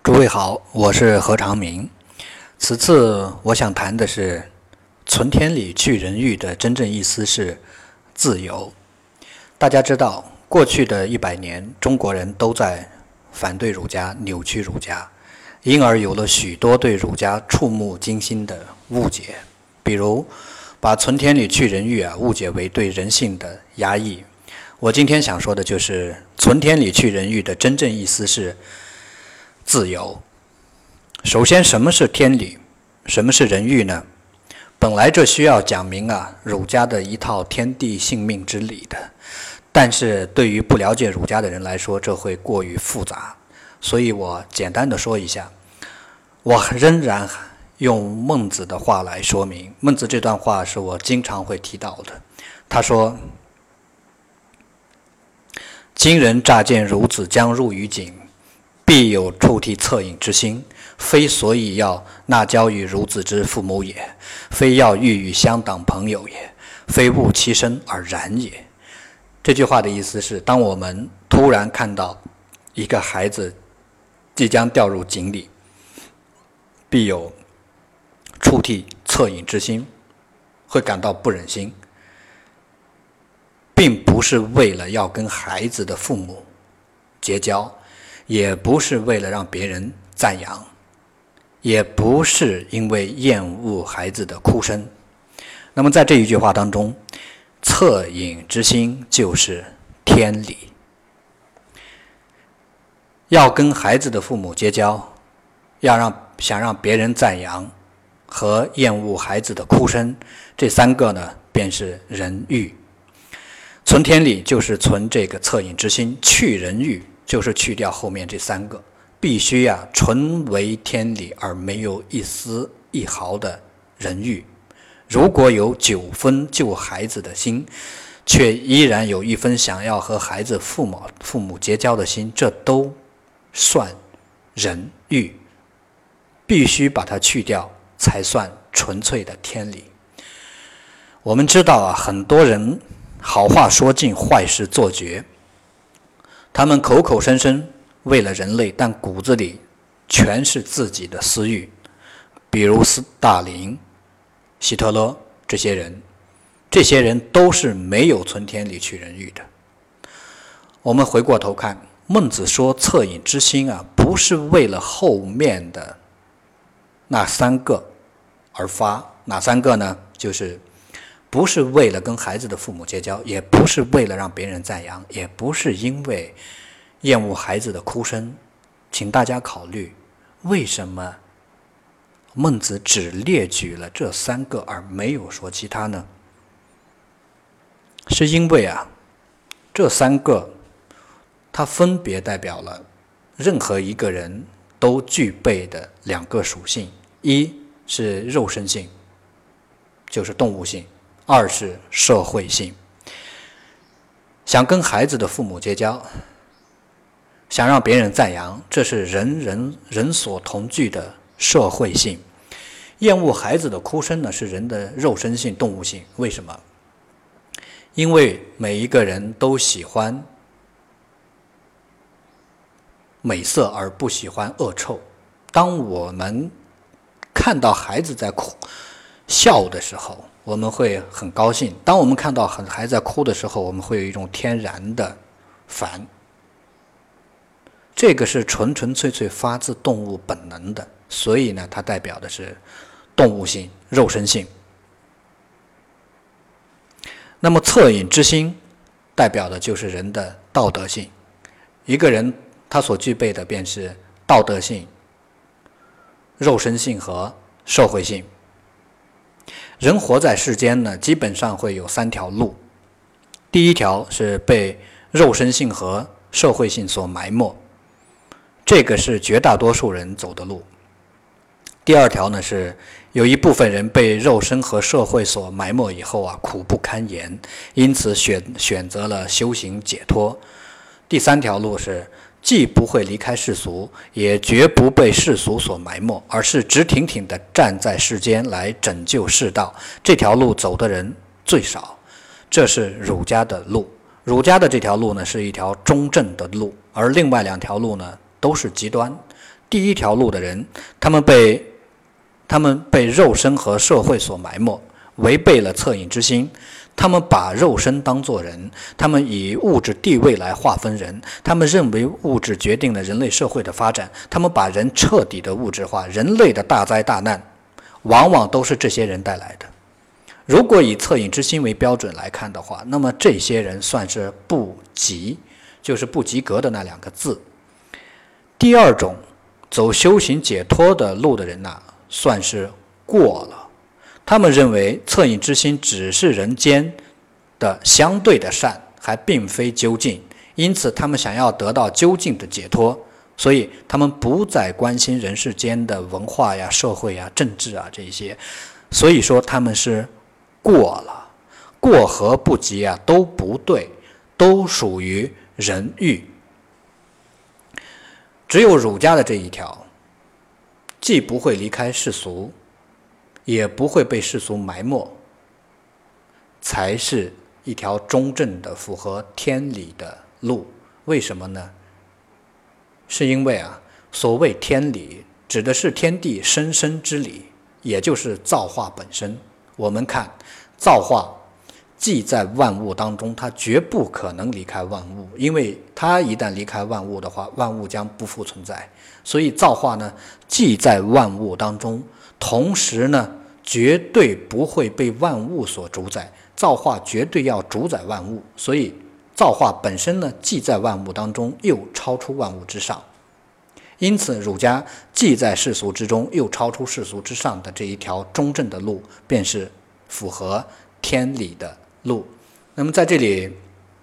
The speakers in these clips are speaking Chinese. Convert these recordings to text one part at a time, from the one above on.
诸位好，我是何长明。此次我想谈的是存天理去人欲的真正意思是自由。大家知道，过去的100年，中国人都在反对儒家、扭曲儒家，因而有了许多对儒家触目惊心的误解。比如，把存天理去人欲误解为对人性的压抑。我今天想说的就是存天理去人欲的真正意思是自由。首先，什么是天理？什么是人欲呢？本来这需要讲明儒家的一套天地性命之理的，但是对于不了解儒家的人来说，这会过于复杂，所以我简单的说一下。我仍然用孟子的话来说明。孟子这段话是我经常会提到的。他说：今人乍见孺子将入于井，必有触涕恻隐之心，非所以要纳交于孺子之父母也，非要欲与乡党朋友也，非恶其身而然也。这句话的意思是，当我们突然看到一个孩子即将掉入井里，必有触涕恻隐之心，会感到不忍心，并不是为了要跟孩子的父母结交，也不是为了让别人赞扬，也不是因为厌恶孩子的哭声。那么在这一句话当中，恻隐之心就是天理。要跟孩子的父母结交，想让别人赞扬和厌恶孩子的哭声，这三个呢，便是人欲。存天理就是存这个恻隐之心，去人欲就是去掉后面这三个，必须纯为天理，而没有一丝一毫的人欲。如果有9分救孩子的心，却依然有1分想要和孩子父母结交的心，这都算人欲，必须把它去掉，才算纯粹的天理。我们知道很多人好话说尽，坏事做绝，他们口口声声为了人类，但骨子里全是自己的私欲。比如斯大林、希特勒这些人都是没有存天理去人欲的。我们回过头看，孟子说恻隐之心不是为了后面的那3个而发。哪3个呢？就是不是为了跟孩子的父母结交，也不是为了让别人赞扬，也不是因为厌恶孩子的哭声。请大家考虑，为什么孟子只列举了这3个而没有说其他呢？是因为这3个它分别代表了任何一个人都具备的2个属性，一是肉身性，就是动物性；二是社会性。想跟孩子的父母结交，想让别人赞扬，这是人所同具的社会性。厌恶孩子的哭声呢，是人的肉身性、动物性。为什么？因为每一个人都喜欢美色而不喜欢恶臭。当我们看到孩子在笑的时候，我们会很高兴；当我们看到孩子在哭的时候，我们会有一种天然的烦。这个是纯粹发自动物本能的，所以呢，它代表的是动物性、肉身性。那么恻隐之心代表的就是人的道德性。一个人他所具备的便是道德性、肉身性和社会性。人活在世间呢，基本上会有3条路。第一条是被肉身性和社会性所埋没，这个是绝大多数人走的路。第二条呢，是有一部分人被肉身和社会所埋没以后苦不堪言，因此选择了修行解脱。第3条路是既不会离开世俗，也绝不被世俗所埋没，而是直挺挺地站在世间来拯救世道。这条路走的人最少，这是儒家的路。儒家的这条路呢，是一条中正的路，而另外2条路呢，都是极端。 第一条路的人，他们被肉身和社会所埋没，违背了恻隐之心。他们把肉身当作人，他们以物质地位来划分人，他们认为物质决定了人类社会的发展，他们把人彻底的物质化。人类的大灾大难往往都是这些人带来的。如果以恻隐之心为标准来看的话，那么这些人算是不及，就是不及格的那2个字。第二种走修行解脱的路的人算是过了。他们认为恻隐之心只是人间的相对的善，还并非究竟，因此他们想要得到究竟的解脱，所以他们不再关心人世间的文化呀、社会呀、政治啊这些，所以说他们是过了。过和不及都不对，都属于人欲。只有儒家的这一条，既不会离开世俗，也不会被世俗埋没，才是一条中正的符合天理的路。为什么呢？是因为所谓天理指的是天地生生之理，也就是造化本身。我们看造化既在万物当中，它绝不可能离开万物，因为它一旦离开万物的话，万物将不复存在。所以造化呢，既在万物当中，同时呢，绝对不会被万物所主宰，造化绝对要主宰万物，所以造化本身呢，既在万物当中，又超出万物之上。因此儒家既在世俗之中，又超出世俗之上的这一条中正的路，便是符合天理的路。那么在这里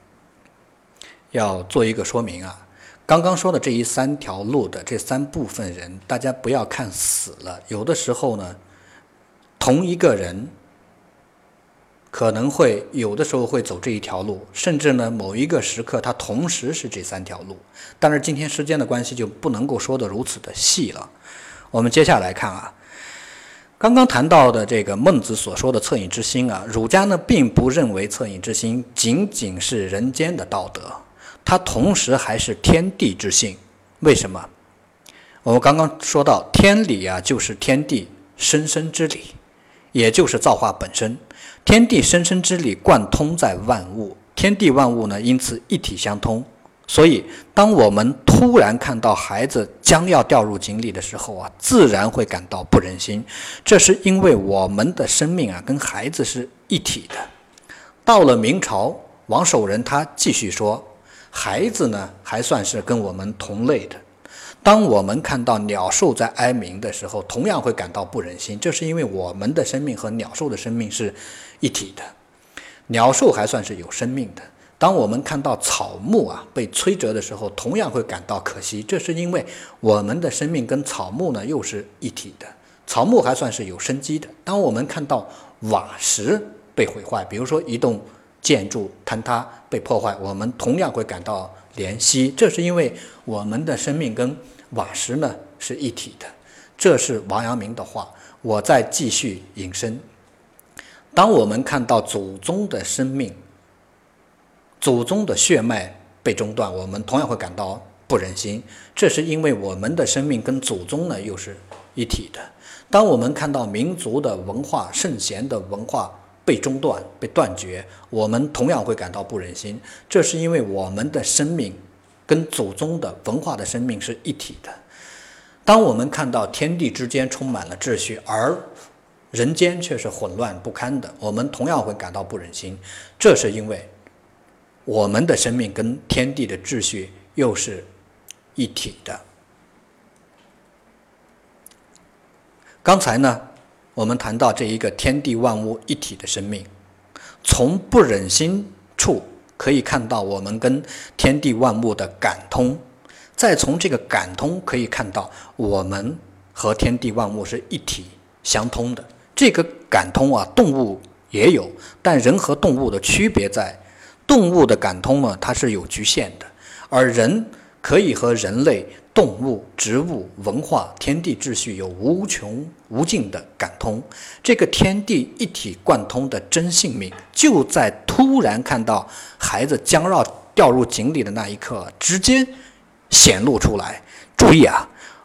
要做一个说明刚刚说的这3条路的这3部分人，大家不要看死了。有的时候呢，同一个人可能会有的时候会走这一条路，甚至呢某一个时刻他同时是这3条路。但是今天时间的关系，就不能够说得如此的细了。我们接下来看刚刚谈到的这个孟子所说的恻隐之心儒家呢并不认为恻隐之心仅仅是人间的道德，它同时还是天地之性。为什么？我们刚刚说到天理就是天地生生之理，也就是造化本身。天地生生之理贯通在万物，天地万物呢因此一体相通。所以当我们突然看到孩子将要掉入井里的时候自然会感到不忍心。这是因为我们的生命跟孩子是一体的。到了明朝，王守仁他继续说，孩子呢还算是跟我们同类的。当我们看到鸟兽在哀鸣的时候，同样会感到不忍心，这是因为我们的生命和鸟兽的生命是一体的。鸟兽还算是有生命的。当我们看到草木被摧折的时候，同样会感到可惜，这是因为我们的生命跟草木呢又是一体的。草木还算是有生机的。当我们看到瓦石被毁坏，比如说一栋建筑坍塌被破坏，我们同样会感到怜惜，这是因为我们的生命跟瓦石呢是一体的。这是王阳明的话，我再继续引申。当我们看到祖宗的生命、祖宗的血脉被中断，我们同样会感到不忍心，这是因为我们的生命跟祖宗呢又是一体的。当我们看到民族的文化、圣贤的文化被中断、被断绝，我们同样会感到不忍心，这是因为我们的生命跟祖宗的文化的生命是一体的。当我们看到天地之间充满了秩序，而人间却是混乱不堪的，我们同样会感到不忍心，这是因为我们的生命跟天地的秩序又是一体的。刚才呢，我们谈到这一个天地万物一体的生命，从不忍心处可以看到我们跟天地万物的感通，再从这个感通可以看到我们和天地万物是一体相通的。这个感通动物也有，但人和动物的区别在动物的感通呢，它是有局限的，而人可以和人类、动物、植物、文化、天地秩序有无穷无尽的感通。这个天地一体贯通的真性命，就在突然看到孩子将要掉入井里的那一刻，直接显露出来。注意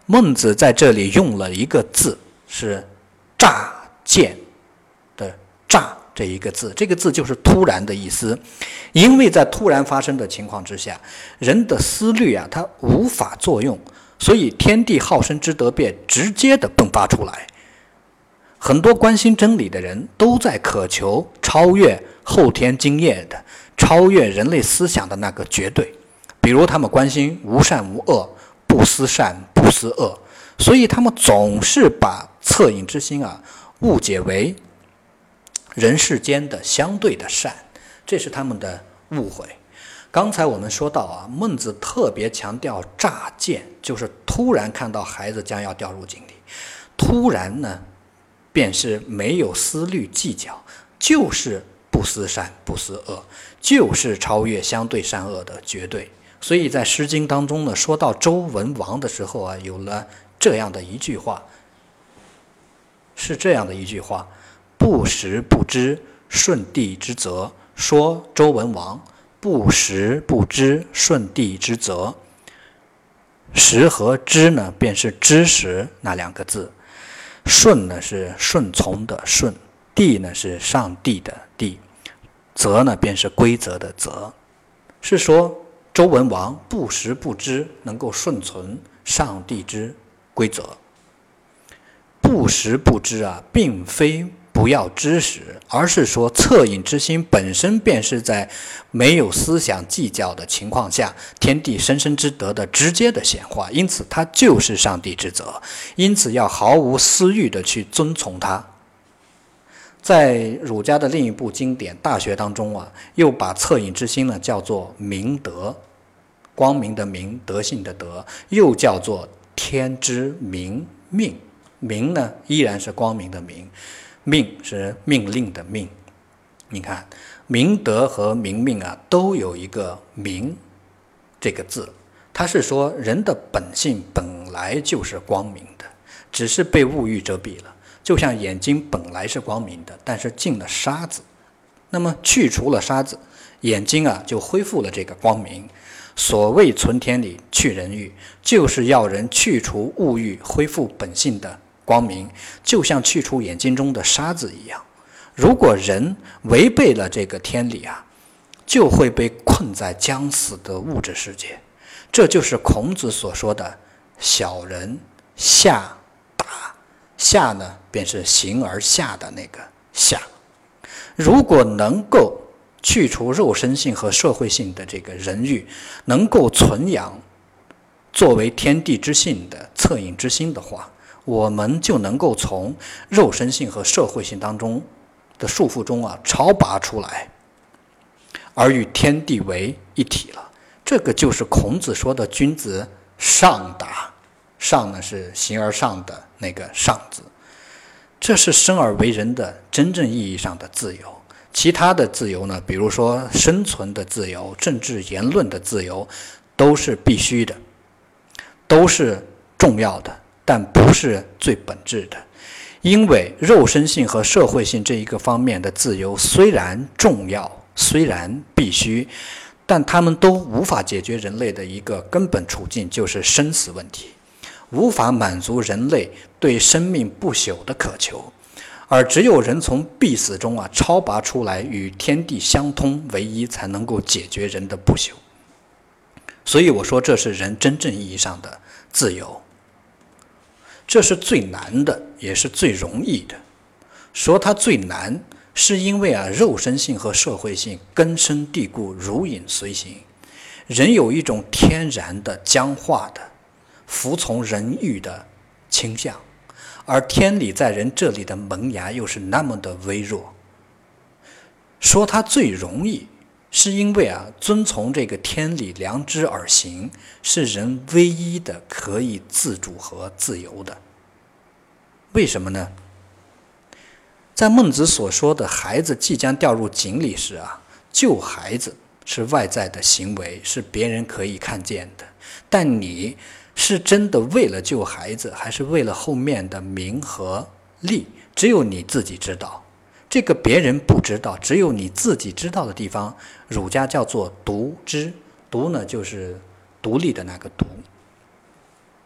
孟子在这里用了一个字，是乍见的乍这一个字，这个字就是突然的意思。因为在突然发生的情况之下，人的思虑啊，它无法作用，所以天地好生之德便直接的迸发出来。很多关心真理的人都在渴求超越后天经验的、超越人类思想的那个绝对。比如他们关心无善无恶，不思善不思恶，所以他们总是把恻隐之心啊误解为人世间的相对的善，这是他们的误会。刚才我们说到啊，孟子特别强调乍见，就是突然看到孩子将要掉入井里，突然呢便是没有思虑计较，就是不思善不思恶，就是超越相对善恶的绝对。所以在《诗经》当中呢，说到周文王的时候啊，有了这样的一句话，是这样的一句话：不时不知，顺地之责。说周文王不时不知，顺地之责。时和知呢，便是知识那两个字。顺呢是顺从的顺，地呢是上帝的地，则呢便是规则的则。是说周文王不时不知，能够顺从上帝之规则。不时不知啊，并非不要知识，而是说恻隐之心本身便是在没有思想计较的情况下，天地生生之德的直接的显化，因此它就是上帝之责，因此要毫无私欲的去遵从它。在儒家的另一部经典《大学》当中啊，又把恻隐之心呢叫做明德，光明的明，德性的德，又叫做天之明命。明呢依然是光明的明，命是命令的命。你看明德和明命啊，都有一个明这个字，它是说人的本性本来就是光明的，只是被物欲遮蔽了。就像眼睛本来是光明的，但是进了沙子，那么去除了沙子，眼睛啊就恢复了这个光明。所谓存天理去人欲，就是要人去除物欲，恢复本性的光明，就像去除眼睛中的沙子一样。如果人违背了这个天理啊，就会被困在将死的物质世界。这就是孔子所说的小人下达，下呢便是形而下的那个下。如果能够去除肉身性和社会性的这个人欲，能够存养作为天地之性的恻隐之心的话，我们就能够从肉身性和社会性当中的束缚中啊超拔出来，而与天地为一体了。这个就是孔子说的君子上达，上呢是形而上的那个上字，这是生而为人的真正意义上的自由。其他的自由呢，比如说生存的自由、政治言论的自由，都是必须的，都是重要的，但不是最本质的。因为肉身性和社会性这一个方面的自由虽然重要，虽然必须，但他们都无法解决人类的一个根本处境，就是生死问题，无法满足人类对生命不朽的渴求。而只有人从必死中啊超拔出来，与天地相通为一，才能够解决人的不朽。所以我说这是人真正意义上的自由，这是最难的，也是最容易的。说它最难，是因为啊肉身性和社会性根深蒂固，如影随形。人有一种天然的僵化的服从人欲的倾向，而天理在人这里的萌芽又是那么的微弱。说它最容易，是因为啊遵从这个天理良知而行，是人唯一的可以自主和自由的。为什么呢？在孟子所说的孩子即将掉入井里时啊，救孩子是外在的行为，是别人可以看见的，但你是真的为了救孩子，还是为了后面的名和利，只有你自己知道。这个别人不知道，只有你自己知道的地方，儒家叫做独知。独呢就是独立的那个独。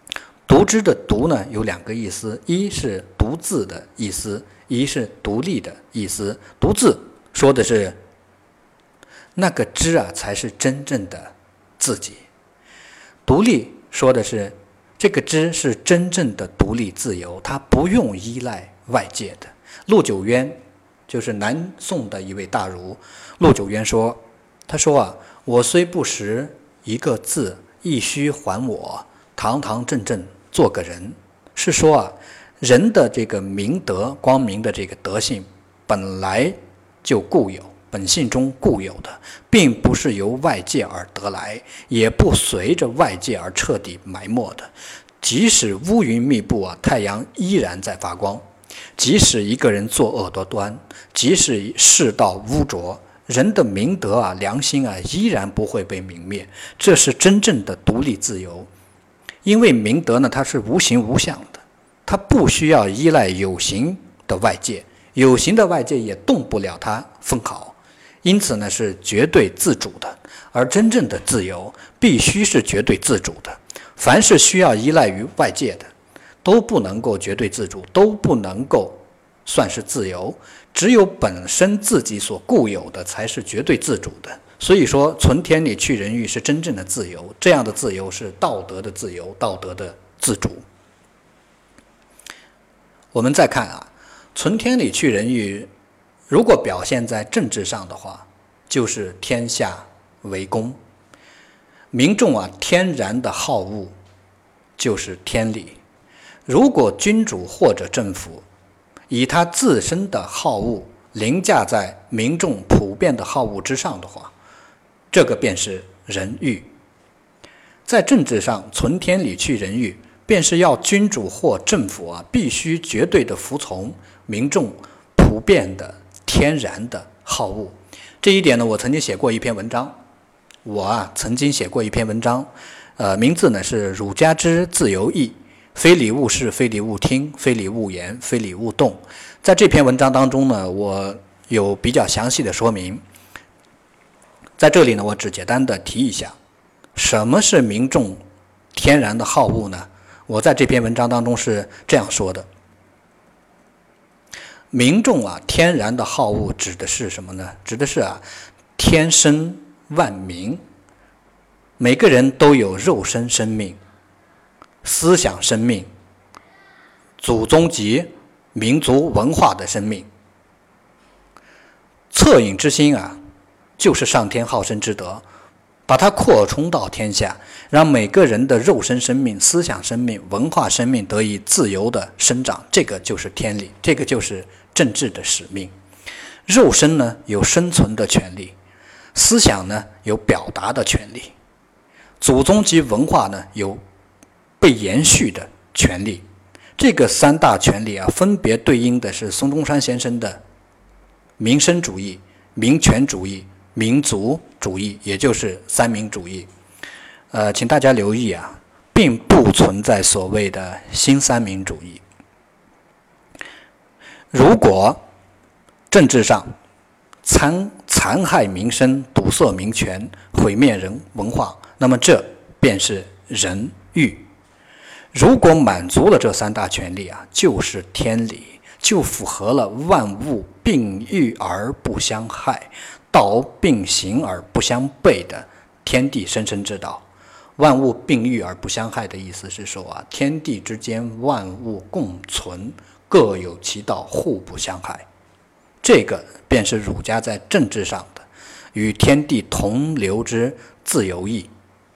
独知的独呢有两个意思，一是独自的意思，一是独立的意思。独自说的是那个知啊才是真正的自己，独立说的是这个知是真正的独立自由，它不用依赖外界的。陆九渊就是南宋的一位大儒，陆九渊说，他说啊，我虽不识一个字，亦须还我堂堂正正做个人。是说啊，人的这个明德光明的这个德性本来就固有，本性中固有的，并不是由外界而得来，也不随着外界而彻底埋没的。即使乌云密布啊，太阳依然在发光；即使一个人作恶多端，即使世道污浊，人的明德啊、良心啊，依然不会被泯灭。这是真正的独立自由。因为明德呢，它是无形无相的，它不需要依赖有形的外界，有形的外界也动不了它分毫，因此呢是绝对自主的。而真正的自由必须是绝对自主的，凡是需要依赖于外界的，都不能够绝对自主，都不能够算是自由。只有本身自己所固有的才是绝对自主的。所以说存天理去人欲是真正的自由，这样的自由是道德的自由，道德的自主。我们再看啊，存天理去人欲如果表现在政治上的话，就是天下为公。民众啊天然的好恶就是天理。如果君主或者政府以他自身的好恶凌驾在民众普遍的好恶之上的话，这个便是人欲。在政治上存天理去人欲，便是要君主或政府啊必须绝对的服从民众普遍的天然的好恶。这一点呢，我曾经写过一篇文章，名字呢是《儒家之自由意》，非礼勿视，非礼勿听，非礼勿言，非礼勿动。在这篇文章当中呢，我有比较详细的说明。在这里呢，我只简单的提一下，什么是民众天然的好恶呢？我在这篇文章当中是这样说的：民众啊天然的好恶指的是什么呢？指的是天生万民，每个人都有肉身生命、思想生命、祖宗及民族文化的生命。恻隐之心啊，就是上天好生之德，把它扩充到天下，让每个人的肉身生命、思想生命、文化生命得以自由的生长，这个就是天理，这个就是政治的使命。肉身呢有生存的权利，思想呢有表达的权利，祖宗及文化呢有被延续的权利。这个三大权利啊，分别对应的是孙中山先生的民生主义、民权主义、民族主义，也就是三民主义。请大家留意啊，并不存在所谓的新三民主义。如果政治上残害民生、堵塞民权、毁灭人文化，那么这便是人欲。如果满足了这三大权利啊，就是天理，就符合了万物并育而不相害，道并行而不相悖的天地生生之道。万物并育而不相害的意思是说天地之间万物共存，各有其道，互不相害。这个便是儒家在政治上的与天地同流之自由意。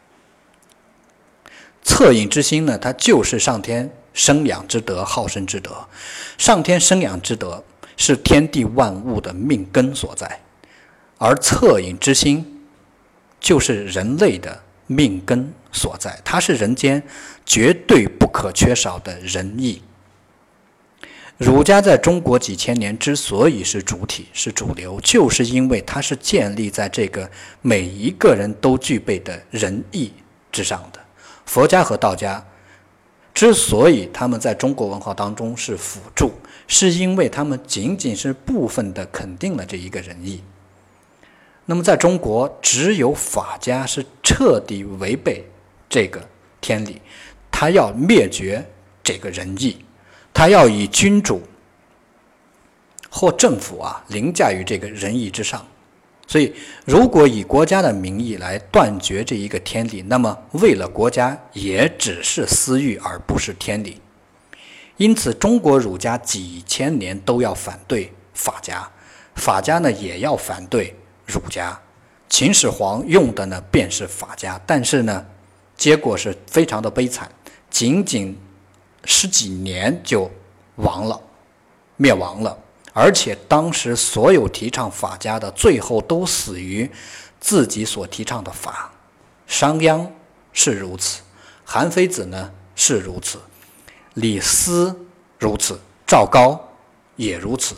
恻隐之心呢，它就是上天生养之德、好生之德。上天生养之德是天地万物的命根所在，而恻隐之心就是人类的命根所在，它是人间绝对不可缺少的仁义。儒家在中国几千年之所以是主体、是主流，就是因为它是建立在这个每一个人都具备的仁义之上的。佛家和道家之所以他们在中国文化当中是辅助，是因为他们仅仅是部分的肯定了这一个仁义。那么在中国，只有法家是彻底违背这个天理， 他要灭绝这个仁义，他要以君主或政府凌驾于这个仁义之上。所以如果以国家的名义来断绝这一个天理，那么为了国家也只是私欲而不是天理。因此中国儒家几千年都要反对法家，法家呢也要反对儒家。秦始皇用的呢便是法家，但是呢结果是非常的悲惨，仅仅10几年就灭亡了。而且当时所有提倡法家的最后都死于自己所提倡的法。商鞅是如此，韩非子呢是如此，李斯如此，赵高也如此。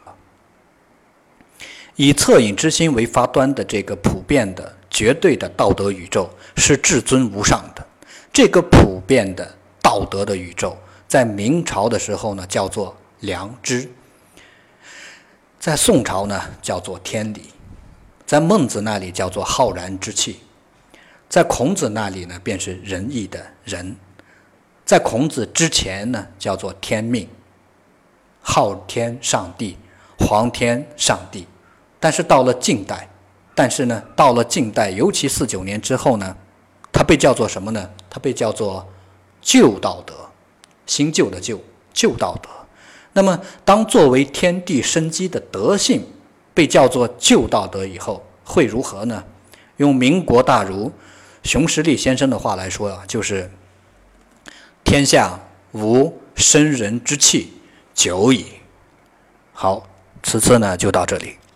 以恻隐之心为发端的这个普遍的绝对的道德宇宙是至尊无上的。这个普遍的道德的宇宙在明朝的时候呢叫做良知，在宋朝呢叫做天理，在孟子那里叫做浩然之气，在孔子那里呢便是仁义的仁，在孔子之前呢叫做天命，昊天上帝，皇天上帝。但是到了近代，尤其49年之后呢，它被叫做什么呢？它被叫做旧道德，新旧的旧道德。那么当作为天地生机的德性被叫做旧道德以后，会如何呢？用民国大儒熊十力先生的话来说就是天下无生人之气，久矣。好，此次呢就到这里。